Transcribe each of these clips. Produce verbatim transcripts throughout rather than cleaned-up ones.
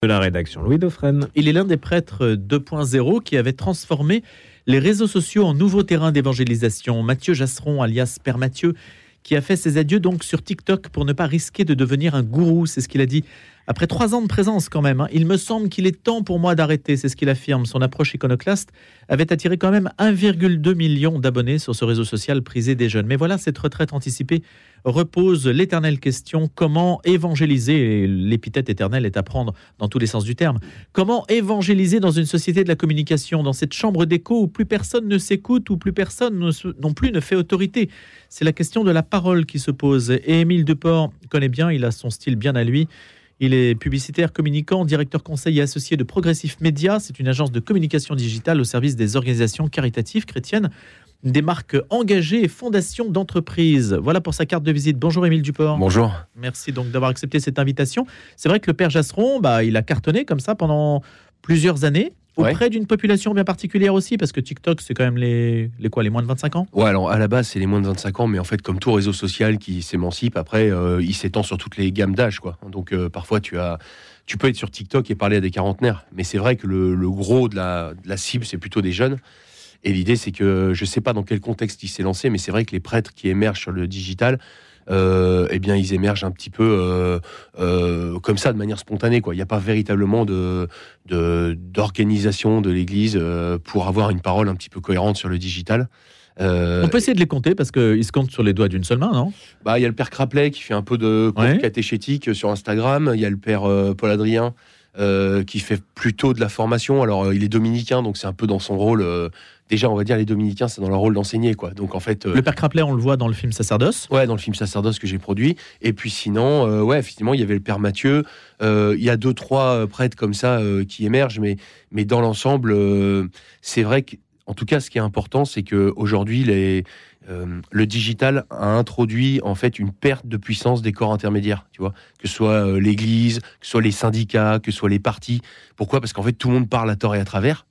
De la rédaction, Louis Dauphren. Il est l'un des prêtres deux point zéro qui avait transformé les réseaux sociaux en nouveau terrain d'évangélisation. Mathieu Jasseron, alias Père Mathieu, qui a fait ses adieux donc sur TikTok pour ne pas risquer de devenir un gourou, c'est ce qu'il a dit. Après trois ans de présence quand même, hein, il me semble qu'il est temps pour moi d'arrêter, c'est ce qu'il affirme. Son approche iconoclaste avait attiré quand même un virgule deux million d'abonnés sur ce réseau social prisé des jeunes. Mais voilà, cette retraite anticipée repose l'éternelle question, comment évangéliser, et l'épithète éternelle est à prendre dans tous les sens du terme, comment évangéliser dans une société de la communication, dans cette chambre d'écho où plus personne ne s'écoute, où plus personne ne se, non plus ne fait autorité. C'est la question de la parole qui se pose. Et Émile Deport connaît bien, il a son style bien à lui. Il est publicitaire, communicant, directeur conseil et associé de Progressif Média. C'est une agence de communication digitale au service des organisations caritatives chrétiennes, des marques engagées et fondations d'entreprises. Voilà pour sa carte de visite. Bonjour Émile Duport. Bonjour. Merci donc d'avoir accepté cette invitation. C'est vrai que le Père Jasseron, bah, il a cartonné comme ça pendant plusieurs années. Auprès ouais. d'une population bien particulière aussi, parce que TikTok, c'est quand même les, les quoi, les moins de vingt-cinq ans ? Ouais, alors à la base, c'est les moins de vingt-cinq ans, mais en fait, comme tout réseau social qui s'émancipe, après, euh, il s'étend sur toutes les gammes d'âge, quoi. Donc, euh, parfois, tu as, tu peux être sur TikTok et parler à des quarantenaires, mais c'est vrai que le, le gros de la, de la cible, c'est plutôt des jeunes. Et l'idée, c'est que, je sais pas dans quel contexte il s'est lancé, mais c'est vrai que les prêtres qui émergent sur le digital, Euh, eh bien, ils émergent un petit peu euh, euh, comme ça, de manière spontanée, quoi. Il n'y a pas véritablement de, de, d'organisation de l'Église euh, pour avoir une parole un petit peu cohérente sur le digital. Euh, On peut essayer de les compter parce qu'ils se comptent sur les doigts d'une seule main, non ? Bah, il y a le père Craplet qui fait un peu de cours ouais. catéchétique sur Instagram. Il y a le père euh, Paul Adrien euh, qui fait plutôt de la formation. Alors, euh, il est dominicain, donc c'est un peu dans son rôle. Euh, Déjà, on va dire, les dominicains, c'est dans leur rôle d'enseigner, quoi. Donc, en fait, euh... le père Craplet, on le voit dans le film Sacerdoce. Ouais, dans le film Sacerdoce que j'ai produit. Et puis, sinon, euh, ouais, effectivement, il y avait le père Mathieu. Euh, il y a deux, trois prêtres comme ça euh, qui émergent, mais, mais dans l'ensemble, euh, c'est vrai qu'en tout cas, ce qui est important, c'est qu'aujourd'hui, les, euh, le digital a introduit, en fait, une perte de puissance des corps intermédiaires, tu vois. Que ce soit euh, l'Église, que ce soit les syndicats, que ce soit les partis. Pourquoi ? Parce qu'en fait, tout le monde parle à tort et à travers.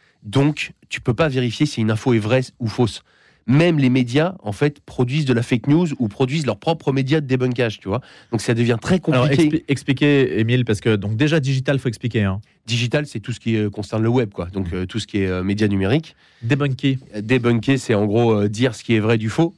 Donc, tu peux pas vérifier si une info est vraie ou fausse. Même les médias, en fait, produisent de la fake news ou produisent leurs propres médias de débunkage, tu vois. Donc, ça devient très compliqué. Alors, expli- expliquez, Émile, parce que donc déjà, digital, faut expliquer. Hein. Digital, c'est tout ce qui euh, concerne le web, quoi. Donc, euh, tout ce qui est euh, médias numériques. Débunker. Débunker, c'est en gros euh, dire ce qui est vrai du faux.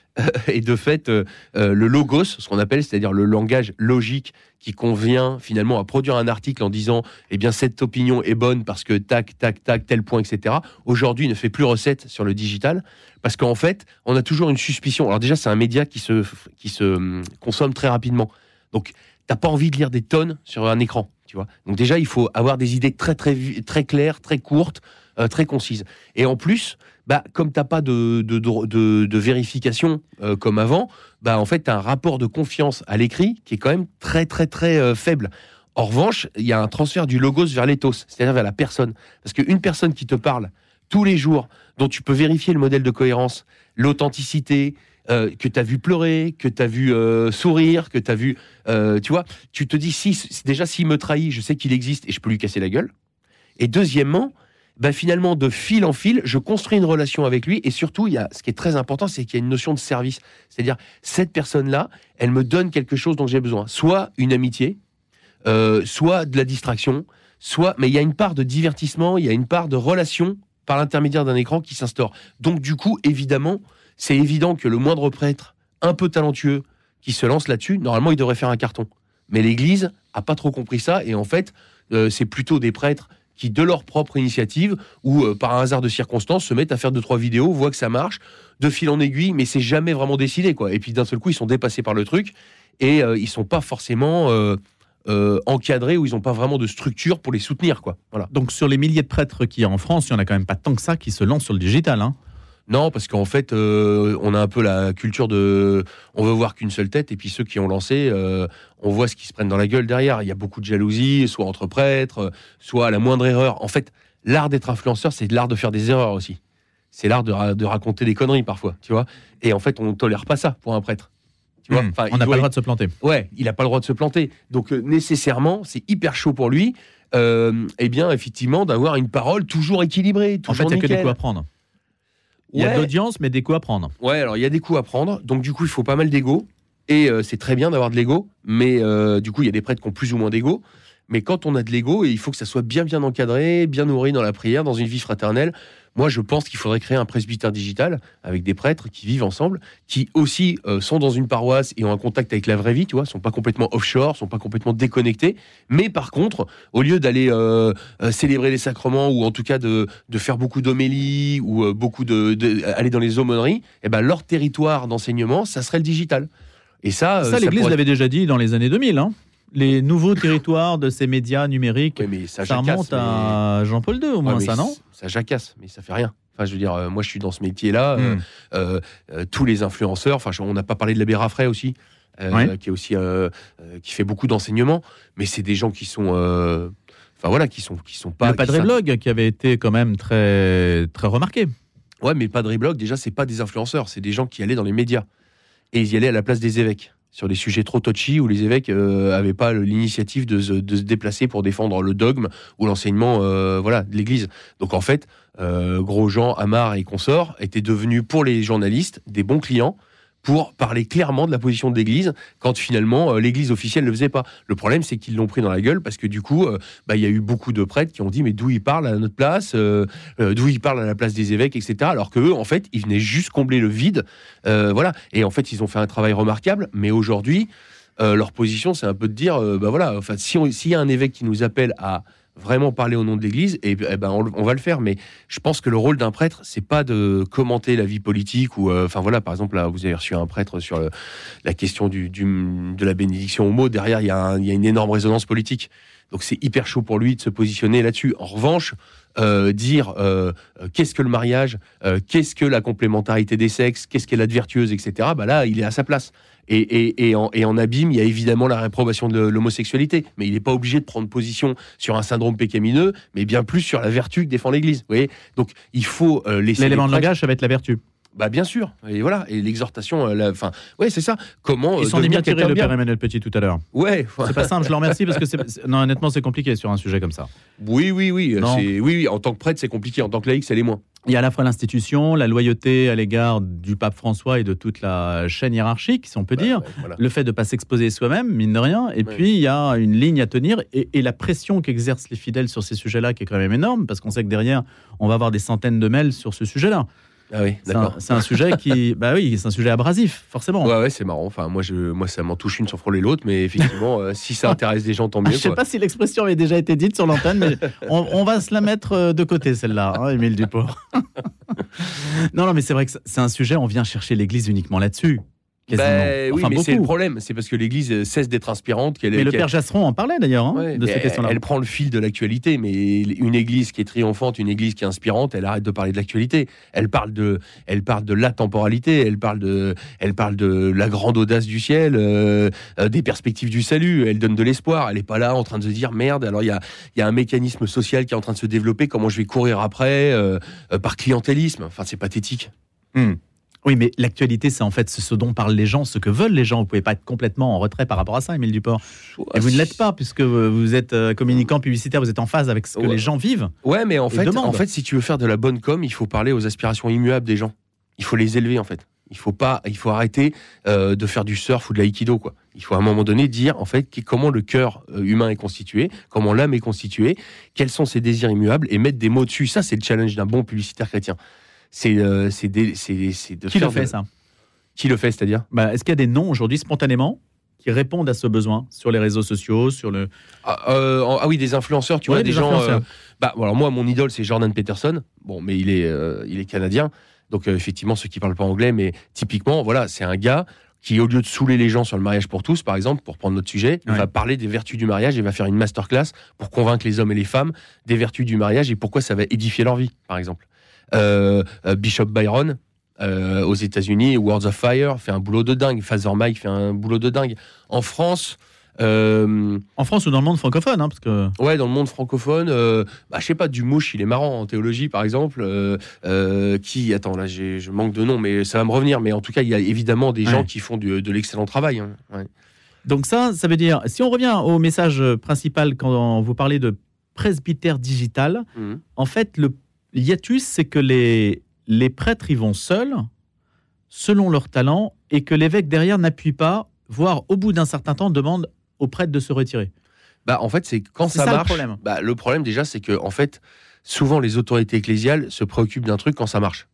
Et de fait, euh, euh, le logos, ce qu'on appelle, c'est-à-dire le langage logique qui convient finalement à produire un article en disant eh bien cette opinion est bonne parce que tac, tac, tac, tel point, et cetera. Aujourd'hui, ne fait plus recette sur le digital parce qu'en fait, on a toujours une suspicion. Alors déjà, c'est un média qui se, qui se hum, consomme très rapidement. Donc, t'as pas envie de lire des tonnes sur un écran, tu vois. Donc déjà, il faut avoir des idées très, très, très claires, très courtes, euh, très concises. Et en plus, bah, comme tu n'as pas de, de, de, de vérification euh, comme avant, bah, en fait, tu as un rapport de confiance à l'écrit qui est quand même très, très, très euh, faible. En revanche, il y a un transfert du logos vers l'éthos, c'est-à-dire vers la personne. Parce qu'une personne qui te parle tous les jours, dont tu peux vérifier le modèle de cohérence, l'authenticité, euh, que tu as vu pleurer, que tu as vu euh, sourire, que tu as vu... Euh, tu vois, tu te dis, si, déjà, s'il me trahit, je sais qu'il existe et je peux lui casser la gueule. Et deuxièmement... Ben finalement, de fil en fil, je construis une relation avec lui. Et surtout, il y a, ce qui est très important, c'est qu'il y a une notion de service. C'est-à-dire, cette personne-là, elle me donne quelque chose dont j'ai besoin. Soit une amitié, euh, soit de la distraction, soit... Mais il y a une part de divertissement, il y a une part de relation par l'intermédiaire d'un écran qui s'instaure. Donc, du coup, évidemment, c'est évident que le moindre prêtre un peu talentueux qui se lance là-dessus, normalement, il devrait faire un carton. Mais l'Église a pas trop compris ça. Et en fait, euh, c'est plutôt des prêtres qui, de leur propre initiative, ou euh, par un hasard de circonstances, se mettent à faire deux, trois vidéos, voient que ça marche, de fil en aiguille, mais c'est jamais vraiment décidé, quoi. Et puis d'un seul coup, ils sont dépassés par le truc, et euh, ils sont pas forcément euh, euh, encadrés, ou ils ont pas vraiment de structure pour les soutenir, quoi. Voilà. Donc sur les milliers de prêtres qu'il y a en France, il y en a quand même pas tant que ça qui se lancent sur le digital, hein. Non, parce qu'en fait, euh, on a un peu la culture de... On veut voir qu'une seule tête, et puis ceux qui ont lancé, euh, on voit ce qu'ils se prennent dans la gueule derrière. Il y a beaucoup de jalousie, soit entre prêtres, soit à la moindre erreur. En fait, l'art d'être influenceur, c'est l'art de faire des erreurs aussi. C'est l'art de, ra- de raconter des conneries parfois, tu vois. Et en fait, on ne tolère pas ça pour un prêtre. Tu vois, mmh, on n'a pas le droit de se planter. Ouais, il n'a pas le droit de se planter. Donc, euh, nécessairement, c'est hyper chaud pour lui, euh, eh bien, effectivement, d'avoir une parole toujours équilibrée, toujours En fait, il n'y a que nickel. des coups à prendre. Il y a Ouais. de l'audience, mais des coups à prendre. Ouais, alors il y a des coups à prendre. Donc du coup, il faut pas mal d'ego. Et euh, c'est très bien d'avoir de l'ego. Mais euh, du coup, il y a des prêtres qui ont plus ou moins d'ego. Mais quand on a de l'ego, il faut que ça soit bien bien encadré, bien nourri dans la prière, dans une vie fraternelle. Moi, je pense qu'il faudrait créer un presbytère digital avec des prêtres qui vivent ensemble, qui aussi euh, sont dans une paroisse et ont un contact avec la vraie vie, tu vois, sont pas complètement offshore, sont pas complètement déconnectés. Mais par contre, au lieu d'aller euh, euh, célébrer les sacrements ou en tout cas de, de faire beaucoup d'homélies ou euh, beaucoup de, de aller dans les aumôneries, eh ben leur territoire d'enseignement, ça serait le digital. Et ça, ça, euh, l'Église pourrait... l'avait déjà dit dans les années deux mille. Hein. Les nouveaux territoires de ces médias numériques, ouais, mais ça, ça jacasse, remonte à mais... Jean-Paul deux au moins, ouais, ça, non? Ça jacasse, mais ça fait rien. Enfin, je veux dire, euh, moi, je suis dans ce métier-là. Mm. Euh, euh, euh, tous les influenceurs, enfin, on n'a pas parlé de l'abbé Raffray aussi, euh, ouais. qui est aussi, euh, euh, qui fait beaucoup d'enseignement, mais c'est des gens qui sont, euh, enfin voilà, qui sont, qui sont pas. Le Padre Blog, qui avait été quand même très, très remarqué. Ouais, mais Padre Blog, déjà, c'est pas des influenceurs, c'est des gens qui allaient dans les médias et ils y allaient à la place des évêques. Sur des sujets trop touchy où les évêques n'avaient euh, pas l'initiative de, de se déplacer pour défendre le dogme ou l'enseignement euh, voilà, de l'Église. Donc en fait, euh, Grosjean, Amar et consorts étaient devenus pour les journalistes des bons clients pour parler clairement de la position de l'Église quand finalement euh, l'Église officielle ne le faisait pas. Le problème, c'est qu'ils l'ont pris dans la gueule parce que du coup, euh, bah, y a eu beaucoup de prêtres qui ont dit mais d'où ils parlent à notre place, euh, euh, d'où ils parlent à la place des évêques, et cetera. Alors qu'eux, en fait, ils venaient juste combler le vide. Euh, voilà. Et en fait, ils ont fait un travail remarquable. Mais aujourd'hui, euh, leur position, c'est un peu de dire, euh, bah voilà, enfin, si on, s'il y a un évêque qui nous appelle à vraiment parler au nom de l'Église, et, et ben on, on va le faire. Mais je pense que le rôle d'un prêtre, c'est pas de commenter la vie politique ou, enfin euh, voilà, par exemple là, vous avez reçu un prêtre sur le, la question du, du, de la bénédiction homo. Derrière, il y, a un, il y a une énorme résonance politique. Donc c'est hyper chaud pour lui de se positionner là-dessus. En revanche, euh, dire euh, euh, qu'est-ce que le mariage, euh, qu'est-ce que la complémentarité des sexes, qu'est-ce qu'est la vertueuse, et cetera. Bah là, il est à sa place. Et, et, et, en, et en abîme, il y a évidemment la réprobation de l'homosexualité, mais il n'est pas obligé de prendre position sur un syndrome pécamineux, mais bien plus sur la vertu que défend l'Église. Vous voyez ? Donc il faut euh, laisser l'élément de langage, ça va être la vertu. Bah bien sûr, et voilà, et l'exhortation, enfin, ouais, c'est ça. Comment ils sont bien tirés le Père Emmanuel Petit tout à l'heure. Ouais, c'est pas simple. Je le remercie parce que c'est, c'est... non, honnêtement, c'est compliqué sur un sujet comme ça. Oui, oui, oui, c'est... oui, oui. En tant que prêtre, c'est compliqué. En tant que laïc, c'est les moins. Il y a à la fois l'institution, la loyauté à l'égard du pape François et de toute la chaîne hiérarchique, si on peut bah, dire, ouais, voilà. Le fait de ne pas s'exposer soi-même, mine de rien, et ouais. Puis il y a une ligne à tenir, et, et la pression qu'exercent les fidèles sur ces sujets-là, qui est quand même énorme, parce qu'on sait que derrière, on va avoir des centaines de mails sur ce sujet-là. Ah oui, c'est un, c'est un sujet qui, bah oui, c'est un sujet abrasif, forcément. Ouais, ouais, c'est marrant. Enfin, moi, je, moi, ça m'en touche une sans frôler l'autre, mais effectivement, euh, si ça intéresse des gens, tant mieux. Je sais quoi. pas si l'expression avait déjà été dite sur l'antenne, mais on, on va se la mettre de côté, celle-là, hein, Émile Dupont. non, non, mais c'est vrai que c'est un sujet. On vient chercher l'Église uniquement là-dessus. Ben, oui, enfin, mais beaucoup. C'est le problème, c'est parce que l'Église cesse d'être inspirante. Qu'elle, mais le qu'elle... Père Jasseron en parlait d'ailleurs, hein, ouais, de ces questions-là. Elle prend le fil de l'actualité, mais une Église qui est triomphante, une Église qui est inspirante, elle arrête de parler de l'actualité. Elle parle de, elle parle de la temporalité, elle parle de, elle parle de la grande audace du ciel, euh, des perspectives du salut. Elle donne de l'espoir. Elle n'est pas là en train de se dire merde. Alors il y a, il y a un mécanisme social qui est en train de se développer. Comment je vais courir après euh, euh, par clientélisme. Enfin, c'est pathétique. Hmm. Oui, mais l'actualité, c'est en fait ce dont parlent les gens, ce que veulent les gens. Vous ne pouvez pas être complètement en retrait par rapport à ça, Émile Duport. Et vous ne l'êtes pas, puisque vous êtes communicant publicitaire, vous êtes en phase avec ce que ouais. les gens vivent. Ouais, mais en fait, en fait, si tu veux faire de la bonne com, il faut parler aux aspirations immuables des gens. Il faut les élever, en fait. Il faut pas, il faut arrêter euh, de faire du surf ou de l'aïkido, quoi. Il faut à un moment donné dire, en fait, comment le cœur humain est constitué, comment l'âme est constituée, quels sont ses désirs immuables, et mettre des mots dessus. Ça, c'est le challenge d'un bon publicitaire chrétien. C'est, euh, c'est, des, c'est, c'est de Qui faire le fait, de... ça Qui le fait, c'est-à-dire bah, est-ce qu'il y a des noms aujourd'hui, spontanément, qui répondent à ce besoin sur les réseaux sociaux, sur le... Ah, euh, ah oui, des influenceurs, tu ouais, vois, des, des gens... Euh, bah, alors moi, mon idole, c'est Jordan Peterson. Bon, mais il est, euh, il est canadien. Donc, euh, effectivement, ceux qui parlent pas anglais, mais typiquement, voilà, c'est un gars qui, au lieu de saouler les gens sur le mariage pour tous, par exemple, pour prendre notre sujet, ouais. va parler des vertus du mariage et va faire une masterclass pour convaincre les hommes et les femmes des vertus du mariage et pourquoi ça va édifier leur vie, par exemple. Euh, euh, Bishop Byron euh, aux États-Unis, Words of Fire fait un boulot de dingue, Father Mike fait un boulot de dingue. En France, euh, en France ou dans le monde francophone, hein, parce que ouais, dans le monde francophone, euh, bah, je sais pas, Dumouche, il est marrant en théologie par exemple. Euh, euh, qui, attends, là, j'ai, je manque de nom, mais ça va me revenir. Mais en tout cas, il y a évidemment des ouais. gens qui font du, de l'excellent travail. Hein. Ouais. Donc ça, ça veut dire, si on revient au message principal quand vous parlez de presbytère digital, mmh. en fait, le hiatus, c'est que les, les prêtres y vont seuls, selon leur talent, et que l'évêque derrière n'appuie pas, voire au bout d'un certain temps demande aux prêtres de se retirer. Bah, en fait, c'est quand c'est ça, ça marche. Le problème. Bah, le problème, déjà, c'est que, en fait, souvent, les autorités ecclésiales se préoccupent d'un truc quand ça marche.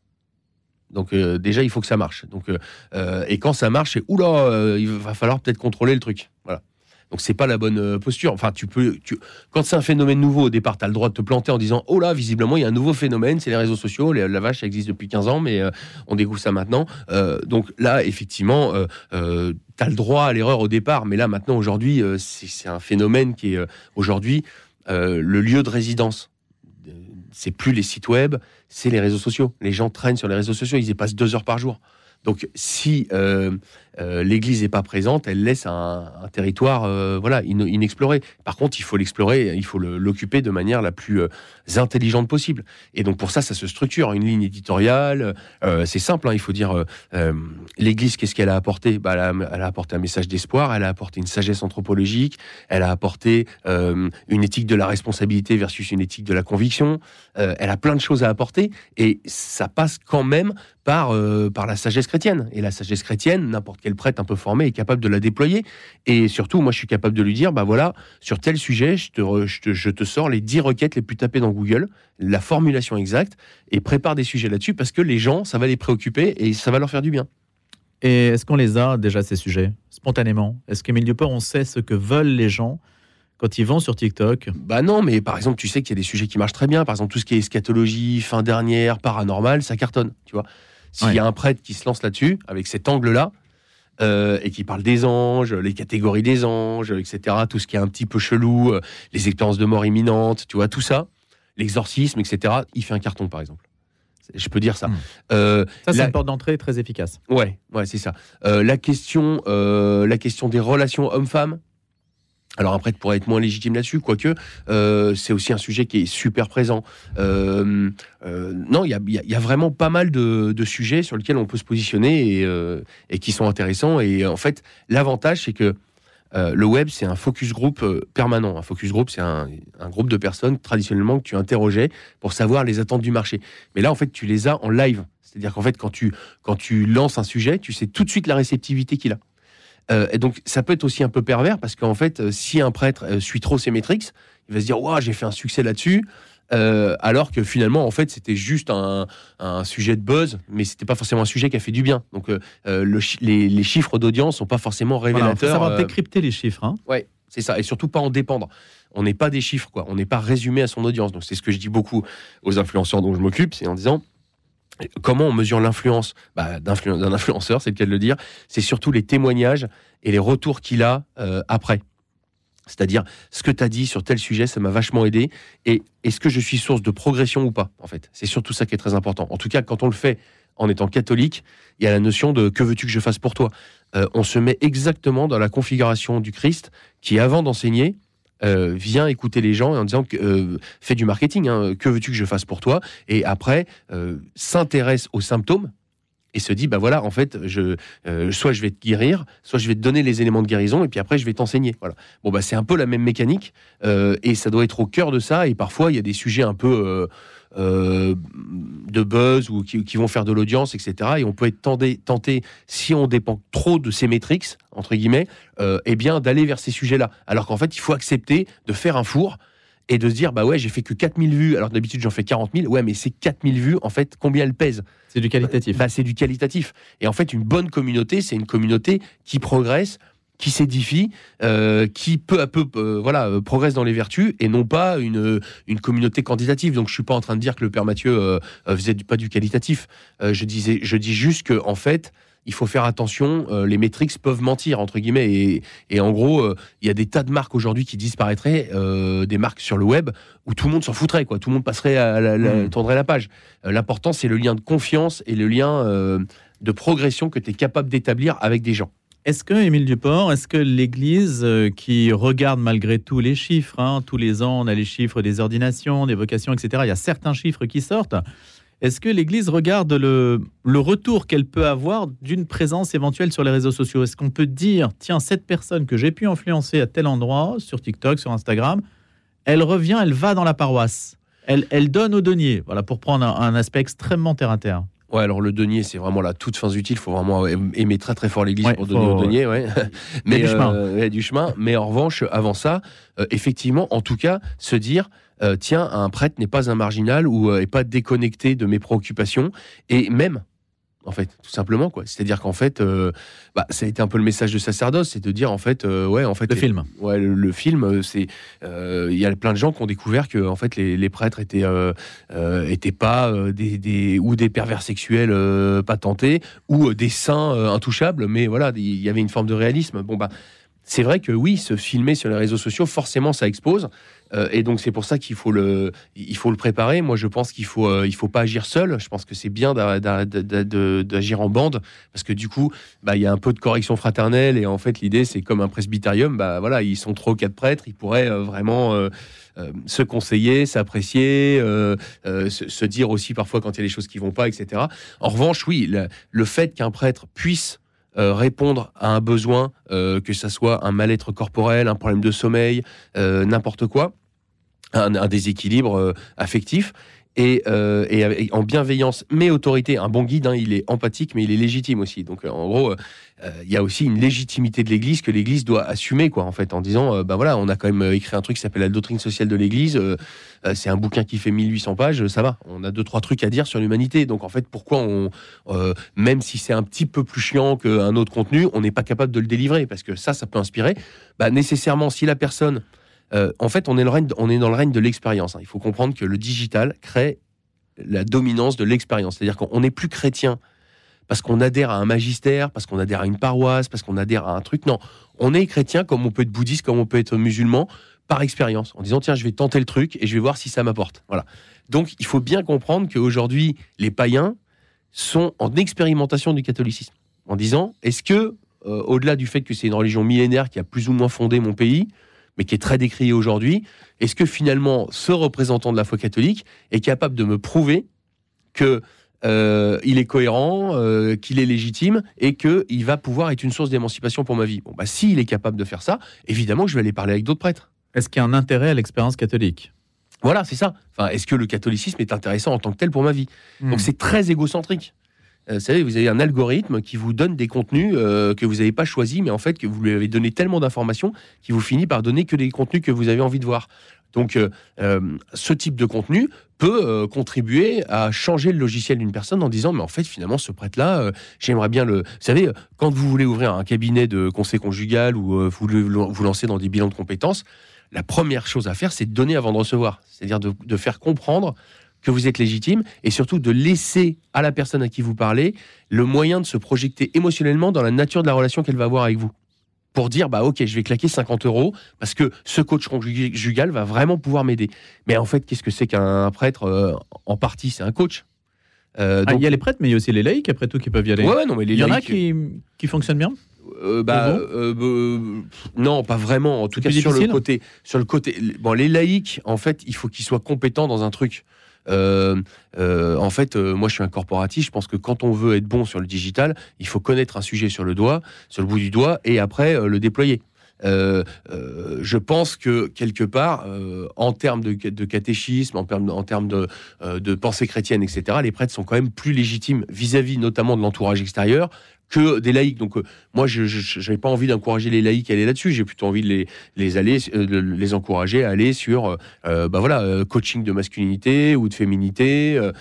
Donc, euh, déjà, il faut que ça marche. Donc, euh, et quand ça marche, c'est oula, euh, il va falloir peut-être contrôler le truc. Voilà. Donc, c'est pas la bonne euh, posture. Enfin, tu peux. Tu... Quand c'est un phénomène nouveau, au départ, tu as le droit de te planter en disant oh là, visiblement, il y a un nouveau phénomène, c'est les réseaux sociaux. Les, la vache, ça existe depuis quinze ans, mais euh, on découvre ça maintenant. Euh, donc, là, effectivement, euh, euh, tu as le droit à l'erreur au départ. Mais là, maintenant, aujourd'hui, euh, c'est, c'est un phénomène qui est euh, aujourd'hui euh, le lieu de résidence. C'est plus les sites web, c'est les réseaux sociaux. Les gens traînent sur les réseaux sociaux, ils y passent deux heures par jour. Donc, si euh, euh, l'Église n'est pas présente, elle laisse un, un territoire euh, voilà, in, inexploré. Par contre, il faut l'explorer, il faut le, l'occuper de manière la plus euh, intelligente possible. Et donc, pour ça, ça se structure. Une ligne éditoriale, euh, c'est simple, hein, il faut dire, euh, l'Église, qu'est-ce qu'elle a apporté ? Bah, elle, a, elle a apporté un message d'espoir, elle a apporté une sagesse anthropologique, elle a apporté euh, une éthique de la responsabilité versus une éthique de la conviction. Euh, elle a plein de choses à apporter, et ça passe quand même par, euh, par la sagesse chrétienne. Et la sagesse chrétienne, n'importe quel prêtre un peu formé est capable de la déployer. Et surtout, moi, je suis capable de lui dire, bah voilà, sur tel sujet, je te, je te, je te sors les dix requêtes les plus tapées dans Google, la formulation exacte, et prépare des sujets là-dessus, parce que les gens, ça va les préoccuper et ça va leur faire du bien. Et est-ce qu'on les a déjà, ces sujets, spontanément ? Est-ce qu'Émile Duport, on sait ce que veulent les gens quand ils vont sur TikTok ? Bah non, mais par exemple, tu sais qu'il y a des sujets qui marchent très bien. Par exemple, tout ce qui est eschatologie, fin dernière, paranormal, ça cartonne, tu vois. S'il ouais. y a un prêtre qui se lance là-dessus, avec cet angle-là, euh, et qui parle des anges, les catégories des anges, et cetera, tout ce qui est un petit peu chelou, euh, les expériences de mort imminente, tu vois, tout ça, l'exorcisme, et cetera, il fait un carton, par exemple. Je peux dire ça. Mmh. Euh, ça, c'est la... une porte d'entrée très efficace. Ouais, ouais, c'est ça. Euh, la question, euh, la question des relations hommes-femmes. Alors un prêtre pourrait être moins légitime là-dessus, quoique euh, c'est aussi un sujet qui est super présent. Euh, euh, non, il y a, y a vraiment pas mal de, de sujets sur lesquels on peut se positionner et, euh, et qui sont intéressants. Et en fait, l'avantage, c'est que euh, le web, c'est un focus group euh, permanent. Un focus group, c'est un, un groupe de personnes traditionnellement que tu interrogeais pour savoir les attentes du marché. Mais là, en fait, tu les as en live. C'est-à-dire qu'en fait, quand tu, quand tu lances un sujet, tu sais tout de suite la réceptivité qu'il a. Euh, et donc, ça peut être aussi un peu pervers parce qu'en fait, euh, si un prêtre euh, suit trop ses métriques, il va se dire « Waouh, j'ai fait un succès là-dessus euh, », alors que finalement, en fait, c'était juste un, un sujet de buzz, mais c'était pas forcément un sujet qui a fait du bien. Donc, euh, le, les, les chiffres d'audience sont pas forcément révélateurs. Il voilà, faut savoir euh... décrypter les chiffres. Hein. Ouais, c'est ça, et surtout pas en dépendre. On n'est pas des chiffres, quoi. On n'est pas résumé à son audience. Donc, c'est ce que je dis beaucoup aux influenceurs dont je m'occupe, c'est en disant. Comment on mesure l'influence bah, d'influ- d'un influenceur, c'est le cas de le dire. C'est surtout les témoignages et les retours qu'il a euh, après. C'est-à-dire, ce que tu as dit sur tel sujet, ça m'a vachement aidé. Et est-ce que je suis source de progression ou pas, en fait ? C'est surtout ça qui est très important. En tout cas, quand on le fait en étant catholique, il y a la notion de « que veux-tu que je fasse pour toi ?» euh, On se met exactement dans la configuration du Christ qui, avant d'enseigner, Euh, vient écouter les gens en disant que, euh, fais du marketing, hein, que veux-tu que je fasse pour toi ? Et après, euh, s'intéresse aux symptômes et se dit, bah voilà, en fait, je, euh, soit je vais te guérir, soit je vais te donner les éléments de guérison et puis après, je vais t'enseigner. Voilà. Bon, bah c'est un peu la même mécanique euh, et ça doit être au cœur de ça. Et parfois, il y a des sujets un peu euh, euh, de buzz ou qui, qui vont faire de l'audience, et cetera. Et on peut être tenté, tenté si on dépend trop de ces métriques, entre guillemets, euh, eh bien, d'aller vers ces sujets-là. Alors qu'en fait, il faut accepter de faire un four et de se dire, bah ouais, j'ai fait que quatre mille vues, alors d'habitude, j'en fais quarante mille. Ouais, mais ces quatre mille vues, en fait, combien elles pèsent ? C'est du qualitatif. Bah, c'est du qualitatif. Et en fait, une bonne communauté, c'est une communauté qui progresse, qui s'édifie, euh, qui peu à peu euh, voilà, euh, progresse dans les vertus, et non pas une, une communauté quantitative. Donc je suis pas en train de dire que le Père Mathieu euh, faisait du, pas du qualitatif. Euh, je, disais, je dis juste que en fait, il faut faire attention, euh, les métriques peuvent mentir, entre guillemets, et, et en gros, il euh, y a des tas de marques aujourd'hui qui disparaîtraient, euh, des marques sur le web, où tout le monde s'en foutrait, quoi. Tout le monde passerait à la, la, mmh. tournerait la page. Euh, l'important, c'est le lien de confiance et le lien euh, de progression que tu es capable d'établir avec des gens. Est-ce que, Émile Duport, est-ce que l'Église, euh, qui regarde malgré tout les chiffres, hein, tous les ans, on a les chiffres des ordinations, des vocations, et cetera, il y a certains chiffres qui sortent. Est-ce que l'Église regarde le, le retour qu'elle peut avoir d'une présence éventuelle sur les réseaux sociaux ? Est-ce qu'on peut dire, tiens, cette personne que j'ai pu influencer à tel endroit, sur TikTok, sur Instagram, elle revient, elle va dans la paroisse, elle, elle donne au denier, voilà, pour prendre un, un aspect extrêmement terre-à-terre. Ouais, alors le denier, c'est vraiment la toute fin utile. Il faut vraiment aimer très très fort l'église ouais, pour donner faut... au denier. Ouais. Mais du, euh, chemin. Ouais, du chemin. Mais en revanche, avant ça, euh, effectivement, en tout cas, se dire, euh, tiens, un prêtre n'est pas un marginal ou n'est euh, pas déconnecté de mes préoccupations. Et même, en fait, tout simplement, quoi. C'est-à-dire qu'en fait, euh, bah, ça a été un peu le message de sacerdoce, c'est de dire, en fait, euh, ouais, en fait, le les, film. Ouais, le, le film, c'est, il euh, y a plein de gens qui ont découvert que, en fait, les, les prêtres étaient, euh, euh, étaient pas euh, des, des ou des pervers sexuels euh, patentés ou euh, des saints euh, intouchables, mais voilà, il y avait une forme de réalisme. Bon bah. C'est vrai que oui, se filmer sur les réseaux sociaux, forcément, ça expose. Euh, et donc, c'est pour ça qu'il faut le, il faut le préparer. Moi, je pense qu'il faut, euh, il faut pas agir seul. Je pense que c'est bien d'a, d'a, d'a, d'a, d'agir en bande. Parce que du coup, bah, il y a un peu de correction fraternelle. Et en fait, l'idée, c'est comme un presbytérium. Bah, voilà, ils sont trois ou quatre prêtres. Ils pourraient euh, vraiment euh, euh, se conseiller, s'apprécier, euh, euh, se, se dire aussi parfois quand il y a des choses qui vont pas, et cetera. En revanche, oui, le, le fait qu'un prêtre puisse Euh, répondre à un besoin, euh, que ça soit un mal-être corporel, un problème de sommeil, euh, n'importe quoi, un, un déséquilibre euh, affectif, et, euh, et, et en bienveillance, mais autorité. Un bon guide, hein, il est empathique, mais il est légitime aussi. Donc, euh, en gros, il euh, y a aussi une légitimité de l'Église que l'Église doit assumer, quoi, en fait, en disant, euh, bah voilà, on a quand même écrit un truc qui s'appelle la doctrine sociale de l'Église. Euh, euh, c'est un bouquin qui fait mille huit cents pages, ça va. On a deux trois trucs à dire sur l'humanité. Donc, en fait, pourquoi on, euh, même si c'est un petit peu plus chiant qu'un autre contenu, on n'est pas capable de le délivrer, parce que ça, ça peut inspirer. Bah, nécessairement, si la personne Euh, en fait, on est, le règne, on est dans le règne de l'expérience. Hein. Il faut comprendre que le digital crée la dominance de l'expérience. C'est-à-dire qu'on n'est plus chrétien parce qu'on adhère à un magistère, parce qu'on adhère à une paroisse, parce qu'on adhère à un truc. Non, on est chrétien comme on peut être bouddhiste, comme on peut être musulman, par expérience, en disant, tiens, je vais tenter le truc et je vais voir si ça m'apporte. Voilà. Donc, il faut bien comprendre qu'aujourd'hui, les païens sont en expérimentation du catholicisme, en disant, est-ce que, euh, au-delà du fait que c'est une religion millénaire qui a plus ou moins fondé mon pays, mais qui est très décrié aujourd'hui, est-ce que finalement, ce représentant de la foi catholique est capable de me prouver qu'il euh, est cohérent, euh, qu'il est légitime, et qu'il va pouvoir être une source d'émancipation pour ma vie? Bon, bah, s'il est capable de faire ça, évidemment, je vais aller parler avec d'autres prêtres. Est-ce qu'il y a un intérêt à l'expérience catholique? Voilà, c'est ça. Enfin, est-ce que le catholicisme est intéressant en tant que tel pour ma vie? mmh. Donc, c'est très égocentrique. Euh, vous savez, vous avez un algorithme qui vous donne des contenus euh, que vous n'avez pas choisis, mais en fait que vous lui avez donné tellement d'informations qui vous finit par donner que des contenus que vous avez envie de voir. Donc, euh, euh, ce type de contenu peut euh, contribuer à changer le logiciel d'une personne en disant, mais en fait, finalement, ce prêtre-là, euh, j'aimerais bien le... Vous savez, quand vous voulez ouvrir un cabinet de conseil conjugal ou euh, vous vous lancez dans des bilans de compétences, la première chose à faire, c'est de donner avant de recevoir. C'est-à-dire de, de faire comprendre que vous êtes légitime, et surtout de laisser à la personne à qui vous parlez le moyen de se projeter émotionnellement dans la nature de la relation qu'elle va avoir avec vous. Pour dire, bah ok, je vais claquer cinquante euros parce que ce coach conjugal va vraiment pouvoir m'aider. Mais en fait, qu'est-ce que c'est qu'un prêtre? euh, En partie, c'est un coach. Euh, donc... ah, il y a les prêtres, mais il y a aussi les laïcs, après tout, qui peuvent y aller. Ouais, non, mais les il y laïcs... en a qui, qui fonctionnent bien Euh, bah, euh, euh, non, pas vraiment. En tout cas, sur le côté, sur le côté. Bon, les laïcs, en fait, il faut qu'ils soient compétents dans un truc. Euh, euh, en fait, euh, moi, je suis un corporatiste. Je pense que quand on veut être bon sur le digital, il faut connaître un sujet sur le doigt, sur le bout du doigt, et après euh, le déployer. Euh, euh, je pense que quelque part, euh, en termes de, de catéchisme, en termes, en termes de, euh, de pensée chrétienne, et cetera, les prêtres sont quand même plus légitimes vis-à-vis notamment de l'entourage extérieur que des laïcs. Donc euh, moi, je n'avais pas envie d'encourager les laïcs à aller là-dessus. J'ai plutôt envie de les, les, aller, euh, de les encourager à aller sur euh, bah voilà, euh, coaching de masculinité ou de féminité, euh,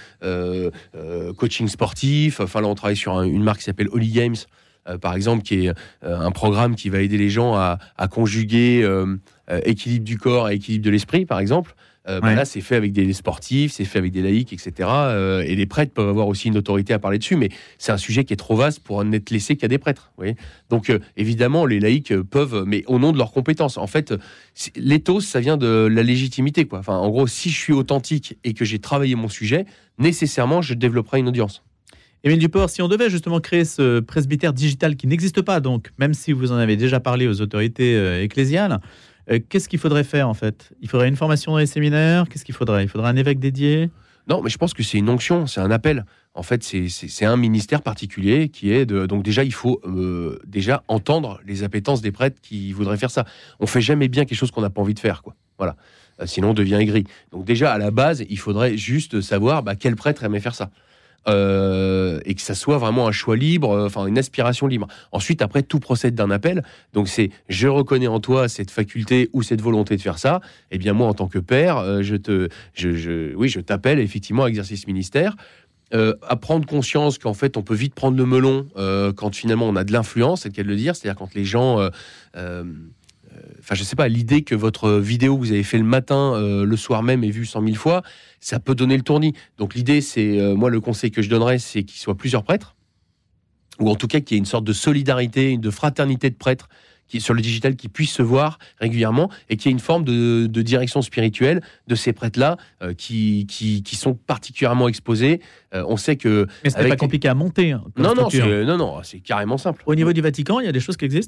euh, coaching sportif. Enfin là, on travaille sur un, une marque qui s'appelle Holy Games, Euh, par exemple, qui est euh, un programme qui va aider les gens à, à conjuguer euh, euh, équilibre du corps et équilibre de l'esprit, par exemple. Euh, ouais. bah là, c'est fait avec des sportifs, c'est fait avec des laïcs, et cetera. Euh, et les prêtres peuvent avoir aussi une autorité à parler dessus, mais c'est un sujet qui est trop vaste pour n'être laissé qu'à des prêtres. Vous voyez. Donc, euh, évidemment, les laïcs peuvent, mais au nom de leurs compétences. En fait, l'éthos, ça vient de la légitimité, quoi. Enfin, en gros, si je suis authentique et que j'ai travaillé mon sujet, nécessairement, je développerai une audience. Émile Duport, si on devait justement créer ce presbytère digital qui n'existe pas, donc, même si vous en avez déjà parlé aux autorités euh, ecclésiales, euh, qu'est-ce qu'il faudrait faire en fait? Il faudrait une formation dans les séminaires? Qu'est-ce qu'il faudrait? Il faudrait un évêque dédié? Non, mais je pense que c'est une onction, c'est un appel. En fait, c'est, c'est, c'est un ministère particulier qui est de... Donc déjà, il faut euh, déjà entendre les appétences des prêtres qui voudraient faire ça. On fait jamais bien quelque chose qu'on n'a pas envie de faire, quoi. Voilà. Euh, sinon, on devient aigri. Donc déjà, à la base, il faudrait juste savoir bah, quel prêtre aimait faire ça. euh, et que ça soit vraiment un choix libre, enfin une aspiration libre. Ensuite, après, tout procède d'un appel. Donc c'est, je reconnais en toi cette faculté ou cette volonté de faire ça. Et bien moi, en tant que père, euh, je te, je, je, oui, je t'appelle effectivement à exercice ministère. Euh, à prendre conscience qu'en fait on peut vite prendre le melon euh, quand finalement on a de l'influence, c'est le cas de le dire, c'est-à-dire quand les gens, euh, euh, enfin je sais pas, l'idée que votre vidéo que vous avez fait le matin, euh, le soir même est vue cent mille fois, ça peut donner le tournis. Donc l'idée c'est, euh, moi le conseil que je donnerais, c'est qu'il soit plusieurs prêtres, ou en tout cas qu'il y ait une sorte de solidarité, de fraternité de prêtres qui, sur le digital, qui puissent se voir régulièrement et qu'il y ait une forme de, de direction spirituelle de ces prêtres-là euh, qui, qui, qui sont particulièrement exposés. Euh, on sait que... Mais ce n'est pas compliqué à monter. Hein, non, non, c'est, non, non, c'est carrément simple. Au niveau du Vatican, il y a des choses qui existent ?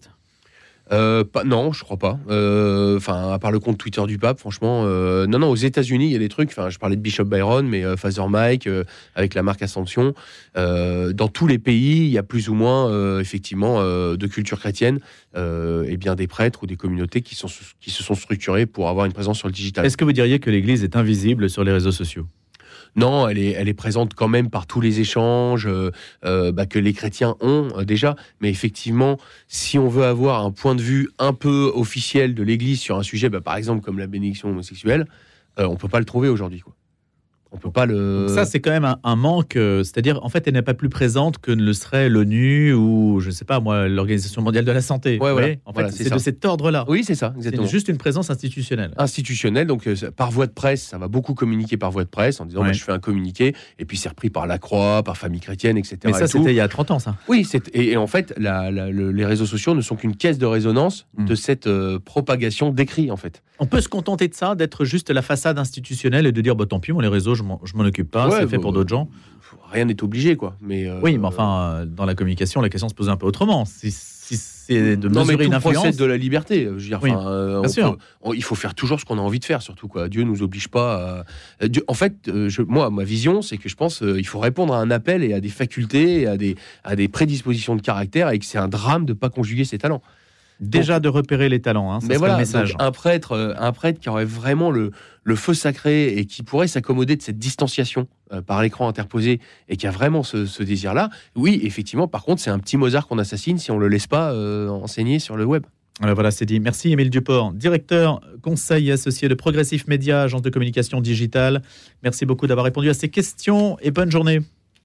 Euh, pas, non, je crois pas. Euh, Enfin, à part le compte Twitter du pape, franchement, euh, non, non. Aux États-Unis, il y a des trucs. Enfin, je parlais de Bishop Byron, mais euh, Father Mike euh, avec la marque Ascension. Euh, dans tous les pays, il y a plus ou moins, euh, effectivement, euh, de culture chrétienne, euh, et bien des prêtres ou des communautés qui sont qui se sont structurés pour avoir une présence sur le digital. Est-ce que vous diriez que l'Église est invisible sur les réseaux sociaux ? Non, elle est, elle est présente quand même par tous les échanges euh, euh, bah, que les chrétiens ont euh, déjà. Mais effectivement, si on veut avoir un point de vue un peu officiel de l'Église sur un sujet, bah, par exemple comme la bénédiction homosexuelle, euh, on peut pas le trouver aujourd'hui, quoi. On peut pas le... Donc ça, c'est quand même un, un manque. Euh, c'est-à-dire, en fait, elle n'est pas plus présente que ne le serait l'ONU ou, je ne sais pas moi, l'Organisation mondiale de la santé. Ouais, voilà. En fait, Voilà, c'est, c'est de cet ordre-là. Oui, c'est ça, exactement. C'est juste une présence institutionnelle. Institutionnelle, donc euh, par voie de presse, ça va beaucoup communiquer par voie de presse en disant Ouais. bah, je fais un communiqué, et puis c'est repris par la Croix, par Famille Chrétienne, et cetera. Mais ça, et tout. c'était il y a trente ans, ça. Oui, c'est, et, et en fait, la, la, le, les réseaux sociaux ne sont qu'une caisse de résonance Mm. de cette euh, propagation d'écrits, en fait. On peut se contenter de ça, d'être juste la façade institutionnelle et de dire, bah, tant pis, moi, les réseaux, je m'en, je m'en occupe pas, Ouais, c'est fait bah, pour d'autres gens. Rien n'est obligé, quoi. Mais, euh, Oui, mais enfin, euh, dans la communication, la question se pose un peu autrement. Si, si c'est de non, mais mesurer tout une influence... procède de la liberté. Je veux dire, Oui, enfin, euh, bien on sûr. peut- on- il faut faire toujours ce qu'on a envie de faire, surtout, quoi. Dieu nous oblige pas à... Dieu- en fait, euh, je, moi, ma vision, c'est que je pense euh, il faut répondre à un appel et à des facultés, et à des, à des prédispositions de caractère, et que c'est un drame de pas conjuguer ses talents. Déjà de repérer les talents, hein, ça Mais serait voilà, le message. donc, un prêtre, euh, un prêtre qui aurait vraiment le, le feu sacré et qui pourrait s'accommoder de cette distanciation euh, par l'écran interposé et qui a vraiment ce, ce désir-là. Oui, effectivement. Par contre, c'est un petit Mozart qu'on assassine si on le laisse pas euh, enseigner sur le web. Alors voilà, c'est dit. Merci Émile Duport, directeur conseil associé de Progressif Média, agence de communication digitale. Merci beaucoup d'avoir répondu à ces questions et bonne journée.